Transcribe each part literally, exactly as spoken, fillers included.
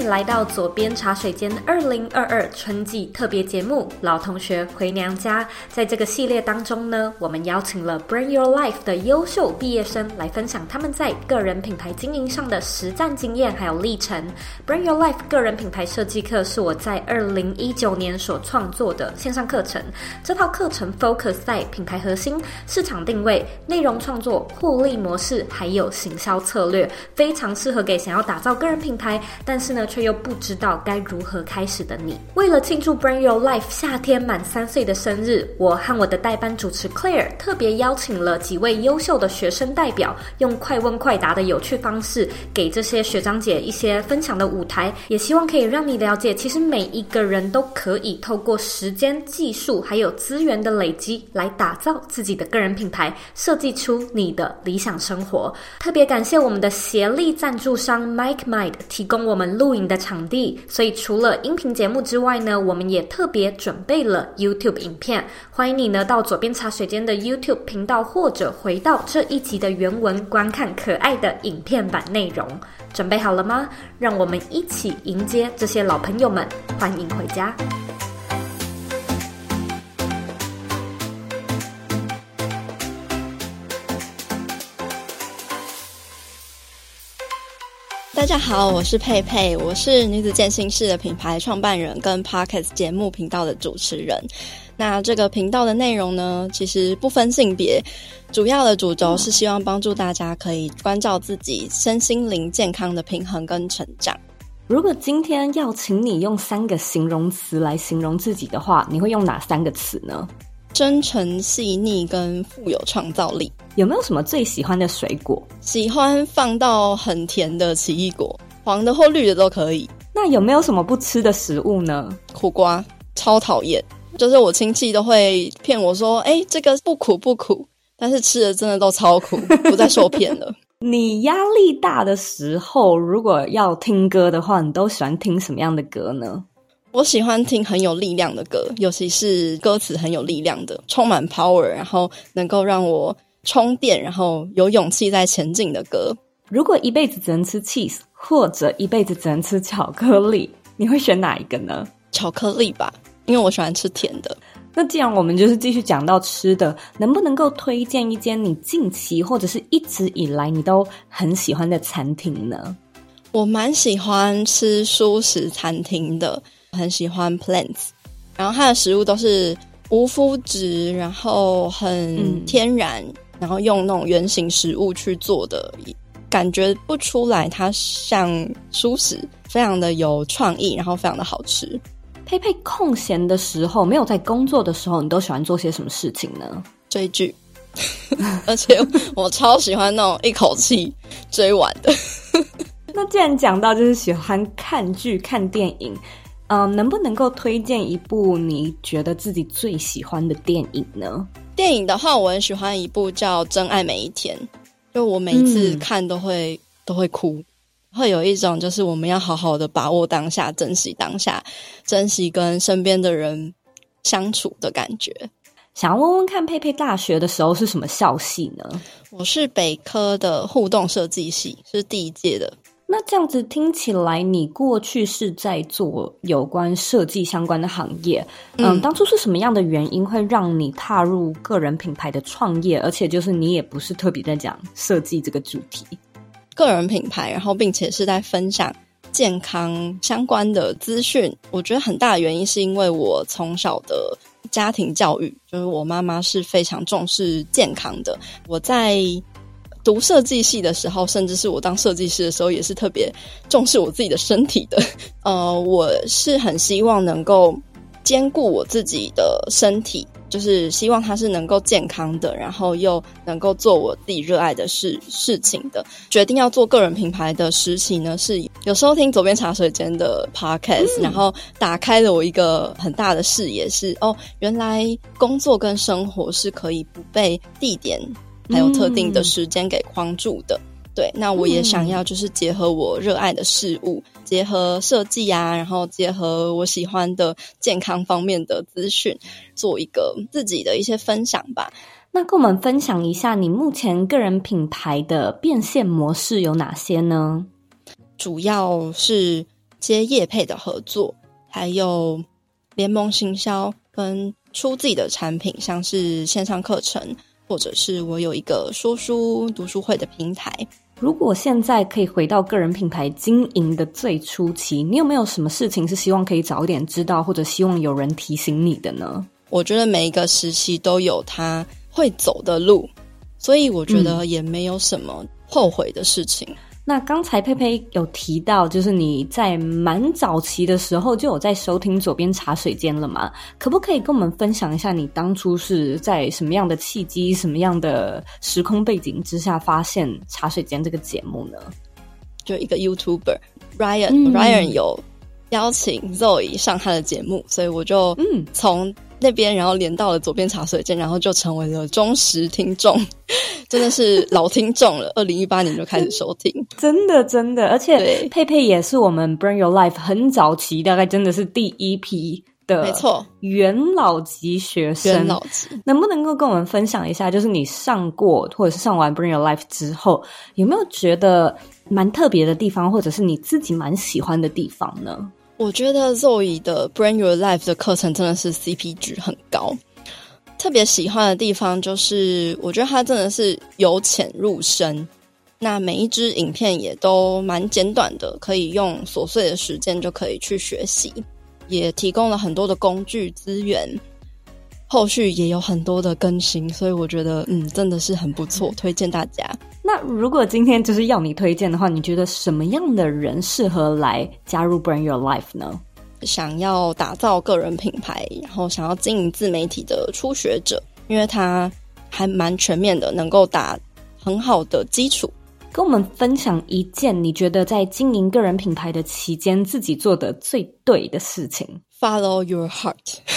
迎来到左边茶水间二零二二春季特别节目老同学回娘家。在这个系列当中呢，我们邀请了 Brand Your Life 的优秀毕业生来分享他们在个人品牌经营上的实战经验还有历程。 Brand Your Life 个人品牌设计课是我在二零一九年所创作的线上课程，这套课程 focus 在品牌核心、市场定位、内容创作、获利模式还有行销策略，非常适合给想要打造个人品牌但是呢却又不知道该如何开始的你。为了庆祝 Brand Your Life 夏天满三岁的生日，我和我的代班主持 Claire 特别邀请了几位优秀的学生代表，用快问快答的有趣方式给这些学长姐一些分享的舞台，也希望可以让你了解其实每一个人都可以透过时间、技术还有资源的累积来打造自己的个人品牌，设计出你的理想生活。特别感谢我们的协力赞助商 MicMind 提供我们录影的场地，所以除了音频节目之外呢，我们也特别准备了 YouTube 影片，欢迎你呢到左边茶水间的 YouTube 频道或者回到这一集的原文观看可爱的影片版内容。准备好了吗？让我们一起迎接这些老朋友们，欢迎回家。 大家好，我是佩佩，我是女子健心室的品牌创办人跟 Podcast 节目频道的主持人。那这个频道的内容呢，其实不分性别，主要的主轴是希望帮助大家可以关照自己身心灵健康的平衡跟成长。 如果今天要请你用三个形容词来形容自己的话，你会用哪三个词呢？ 真诚、细腻跟富有创造力。 有没有什么最喜欢的水果？ 喜欢放到很甜的奇异果，黄的或绿的都可以。 那有没有什么不吃的食物呢？ 苦瓜，超讨厌。就是我亲戚都会骗我说，诶，这个不苦不苦，但是吃的真的都超苦，不再受骗了。 你压力大的时候，如果要听歌的话，你都喜欢听什么样的歌呢？ 我喜欢听很有力量的歌，尤其是歌词很有力量的，充满 power， 然后能够让我充电，然后有勇气在前进的歌。 如果一辈子只能吃 cheese， 或者一辈子只能吃巧克力，你会选哪一个呢？ 巧克力吧，因为我喜欢吃甜的。 那既然我们就是继续讲到吃的，能不能够推荐一间你近期或者是一直以来你都很喜欢的餐厅呢？ 我蛮喜欢吃蔬食餐厅的，很喜欢 Plants， 然后它的食物都是无麸质，然后很天然、嗯、然后用那种原型食物去做的，感觉不出来它像蔬食，非常的有创意，然后非常的好吃。 佩佩空闲的时候，没有在工作的时候，你都喜欢做些什么事情呢？ 追剧而且我超喜欢那种一口气追完的那既然讲到就是喜欢看剧看电影，嗯，能不能够推荐一部你觉得自己最喜欢的电影呢？ 电影的话，我很喜欢一部叫《真爱每一天》，就我每一次看都会、嗯、都会哭，会有一种就是我们要好好的把握当下，珍惜当下，珍惜跟身边的人相处的感觉。 想要问问看，佩佩大学的时候是什么校系呢？ 我是北科的互动设计系，是第一届的。 那这样子听起来，你过去是在做有关设计相关的行业，嗯，嗯当初是什么样的原因会让你踏入个人品牌的创业？而且就是你也不是特别在讲设计这个主题， 个人品牌，然后并且是在分享健康相关的资讯。我觉得很大的原因是因为我从小的家庭教育，就是我妈妈是非常重视健康的。我在读设计系的时候，甚至是我当设计师的时候，也是特别重视我自己的身体的。呃，我是很希望能够兼顾我自己的身体，就是希望它是能够健康的，然后又能够做我自己热爱的事事情的。决定要做个人品牌的时期呢，是有时候听左边茶水间的 podcast、嗯、然后打开了我一个很大的视野，是哦，原来工作跟生活是可以不被地点还有特定的时间给框住的、嗯、对，那我也想要就是结合我热爱的事物、嗯、结合设计啊，然后结合我喜欢的健康方面的资讯，做一个自己的一些分享吧。 那跟我们分享一下你目前个人品牌的变现模式有哪些呢？ 主要是接业配的合作，还有联盟行销跟出自己的产品，像是线上课程，或者是我有一个说书读书会的平台。 如果现在可以回到个人品牌经营的最初期，你有没有什么事情是希望可以早一点知道，或者希望有人提醒你的呢？ 我觉得每一个时期都有他会走的路，所以我觉得也没有什么后悔的事情。嗯， 那刚才佩佩有提到，就是你在蛮早期的时候就有在收听左边茶水间了嘛？可不可以跟我们分享一下你当初是在什么样的契机、什么样的时空背景之下发现茶水间这个节目呢？ 就一个 YouTuber Ryan、 嗯、 Ryan 有邀请 Zoe 上他的节目，所以我就嗯从那边然后连到了左边茶水间，然后就成为了忠实听众，真的是老听众了。二零一八年就开始收听， 真的真的，而且佩佩也是我们 Bring Your Life 很早期，大概真的是第一批的， 没错， 元老级学生。 元老级， 能不能够跟我们分享一下，就是你上过或者是上完 Bring Your Life 之后，有没有觉得蛮特别的地方，或者是你自己蛮喜欢的地方呢？ 我觉得 Zoe 的 Bring Your Life 的课程真的是 C P 值很高，特别喜欢的地方就是我觉得它真的是由浅入深，那每一支影片也都蛮简短的，可以用琐碎的时间就可以去学习，也提供了很多的工具资源，后续也有很多的更新，所以我觉得嗯真的是很不错，推荐大家。 那如果今天就是要你推荐的话，你觉得什么样的人适合来加入 Bring Your Life 呢？ 想要打造个人品牌，然后想要经营自媒体的初学者，因为它还蛮全面的，能够打很好的基础。 跟我们分享一件你觉得在经营个人品牌的期间自己做的最对的事情。 Follow your heart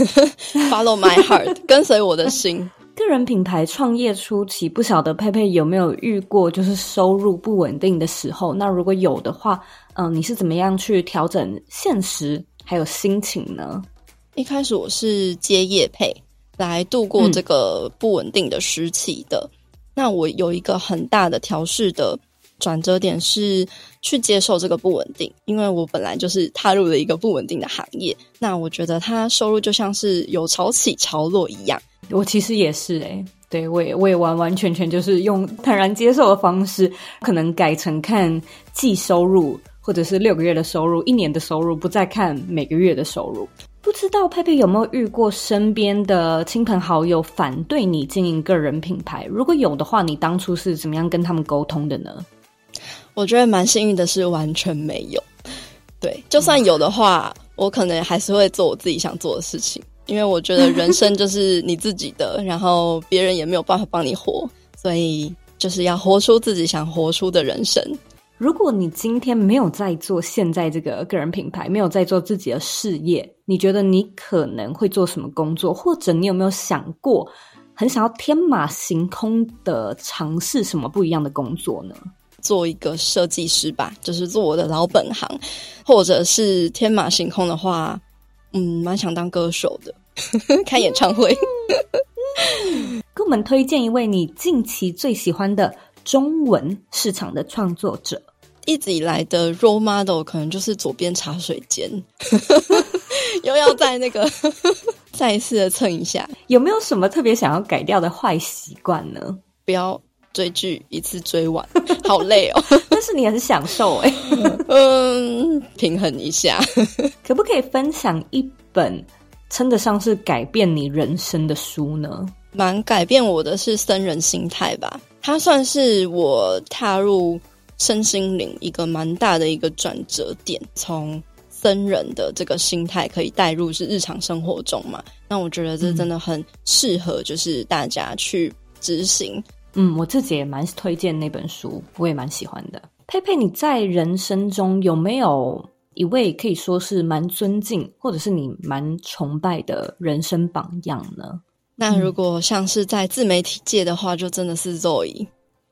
Follow my heart 跟随我的心。 个人品牌创业初期，不晓得佩佩有没有遇过就是收入不稳定的时候，那如果有的话，嗯，你是怎么样去调整现实还有心情呢？ 一开始我是接业配来度过这个不稳定的时期的、嗯、那我有一个很大的调试的转折点是去接受这个不稳定，因为我本来就是踏入了一个不稳定的行业，那我觉得它收入就像是有潮起潮落一样。 我其实也是欸，对，我也我也完完全全就是用坦然接受的方式，可能改成看季收入，或者是六个月的收入，一年的收入，不再看每个月的收入。不知道佩佩有没有遇过身边的亲朋好友反对你经营个人品牌？如果有的话，你当初是怎么样跟他们沟通的呢？ 我觉得蛮幸运的是完全没有，对，就算有的话、嗯、我可能还是会做我自己想做的事情，因为我觉得人生就是你自己的然后别人也没有办法帮你活，所以就是要活出自己想活出的人生。 如果你今天没有在做现在这个个人品牌，没有在做自己的事业，你觉得你可能会做什么工作？或者你有没有想过很想要天马行空的尝试什么不一样的工作呢？ 做一个设计师吧，就是做我的老本行，或者是天马行空的话，嗯，蛮想当歌手的开演唱会跟我们推荐一位你近期最喜欢的中文市场的创作者。 一直以来的 role model 可能就是左边茶水间又要在那个再一次的蹭一下。 有没有什么特别想要改掉的坏习惯呢？ 不要追剧一次追完好累哦但是你很享受欸嗯，平衡一下可不可以分享一本称得上是改变你人生的书呢？ 蛮改变我的是僧人心态吧，它算是我踏入身心灵一个蛮大的一个转折点，从僧人的这个心态可以带入是日常生活中嘛，那我觉得这真的很适合就是大家去执行。 嗯，我自己也蛮推荐那本书，我也蛮喜欢的。佩佩，你在人生中有没有一位可以说是蛮尊敬或者是你蛮崇拜的人生榜样呢？ 那如果像是在自媒体界的话，就真的是 Zoe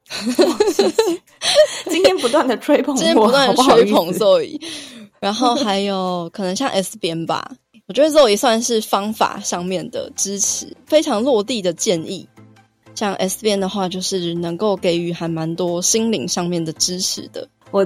今天不断的吹捧我， 今天不断的吹捧 Zoe 然后还有可能像 S 编吧，我觉得 Zoe 算是方法上面的支持，非常落地的建议。像 S 编的话就是能够给予还蛮多心灵上面的支持的。 我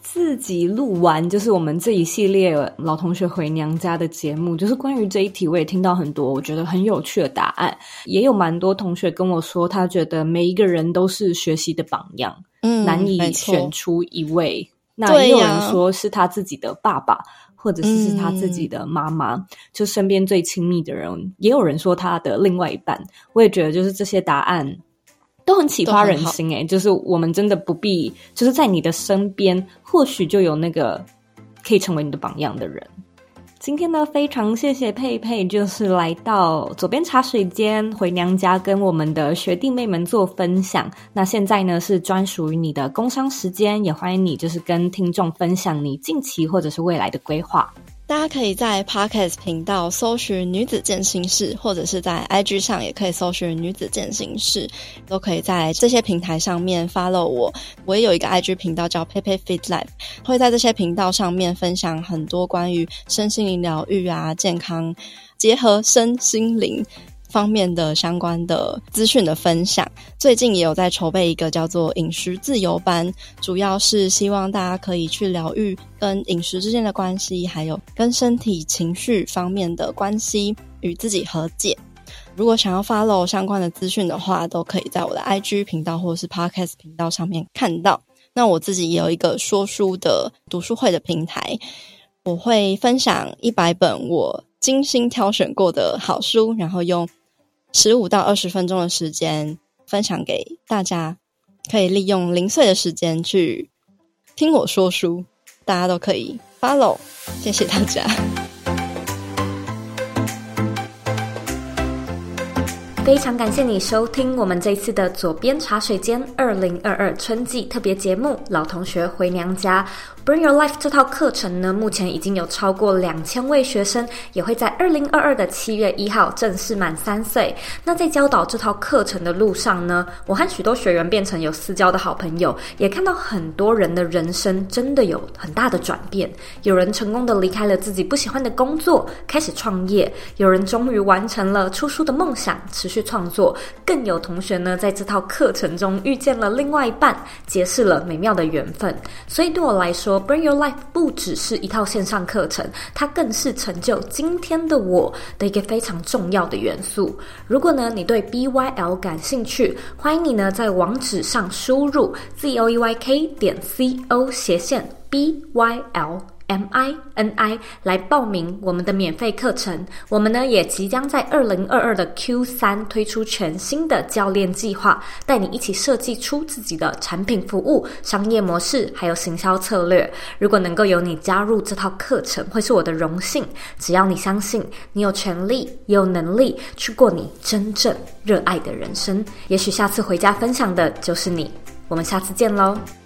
自己录完就是我们这一系列老同学回娘家的节目，就是关于这一题我也听到很多我觉得很有趣的答案，也有蛮多同学跟我说他觉得每一个人都是学习的榜样，嗯，难以选出一位。那也有人说是他自己的爸爸或者是他自己的妈妈、嗯、就身边最亲密的人，也有人说他的另外一半。我也觉得就是这些答案都很启发人心诶，就是我们真的不必就是在你的身边或许就有那个可以成为你的榜样的人。今天呢非常谢谢佩佩，就是来到左边茶水间回娘家跟我们的学弟妹们做分享。那现在呢是专属于你的工商时间，也欢迎你就是跟听众分享你近期或者是未来的规划。 大家可以在 Podcast 频道搜寻女子健心室，或者是在 I G 上也可以搜寻女子健心室，都可以在这些平台上面 follow 我。我也有一个 I G 频道叫 Pepe Fit Life， 会在这些频道上面分享很多关于身心灵疗愈啊、健康结合身心灵方面的相关的资讯的分享。最近也有在筹备一个叫做饮食自由班，主要是希望大家可以去疗愈跟饮食之间的关系，还有跟身体情绪方面的关系，与自己和解。如果想要 follow 相关的资讯的话，都可以在我的 I G 频道或是 Podcast 频道上面看到。那我自己也有一个说书的读书会的平台，我会分享一百本我精心挑选过的好书，然后用十五到二十分钟的时间分享给大家，可以利用零碎的时间去听我说书，大家都可以 follow， 谢谢大家。 非常感谢你收听我们这一次的左边茶水间二零二二春季特别节目老同学回娘家。Bring Your Life 这套课程呢，目前已经有超过两千位学生，也会在二零二二的七月一号正式满三岁。那在教导这套课程的路上呢，我和许多学员变成有私交的好朋友，也看到很多人的人生真的有很大的转变。有人成功的离开了自己不喜欢的工作，开始创业；有人终于完成了出书的梦想，持续创作；更有同学呢，在这套课程中遇见了另外一半，结识了美妙的缘分。所以对我来说，Bring Your Life 不只是一套线上课程，它更是成就今天的我的一个非常重要的元素。如果呢你对 B Y L 感兴趣，欢迎你呢在网址上输入 zoeyk 点 co 斜线 B Y L M I N I 来报名我们的免费课程。我们呢也即将在二零二二的 Q 三 推出全新的教练计划，带你一起设计出自己的产品服务、商业模式还有行销策略。如果能够有你加入这套课程，会是我的荣幸。只要你相信你有权利也有能力去过你真正热爱的人生，也许下次回家分享的就是你。我们下次见咯。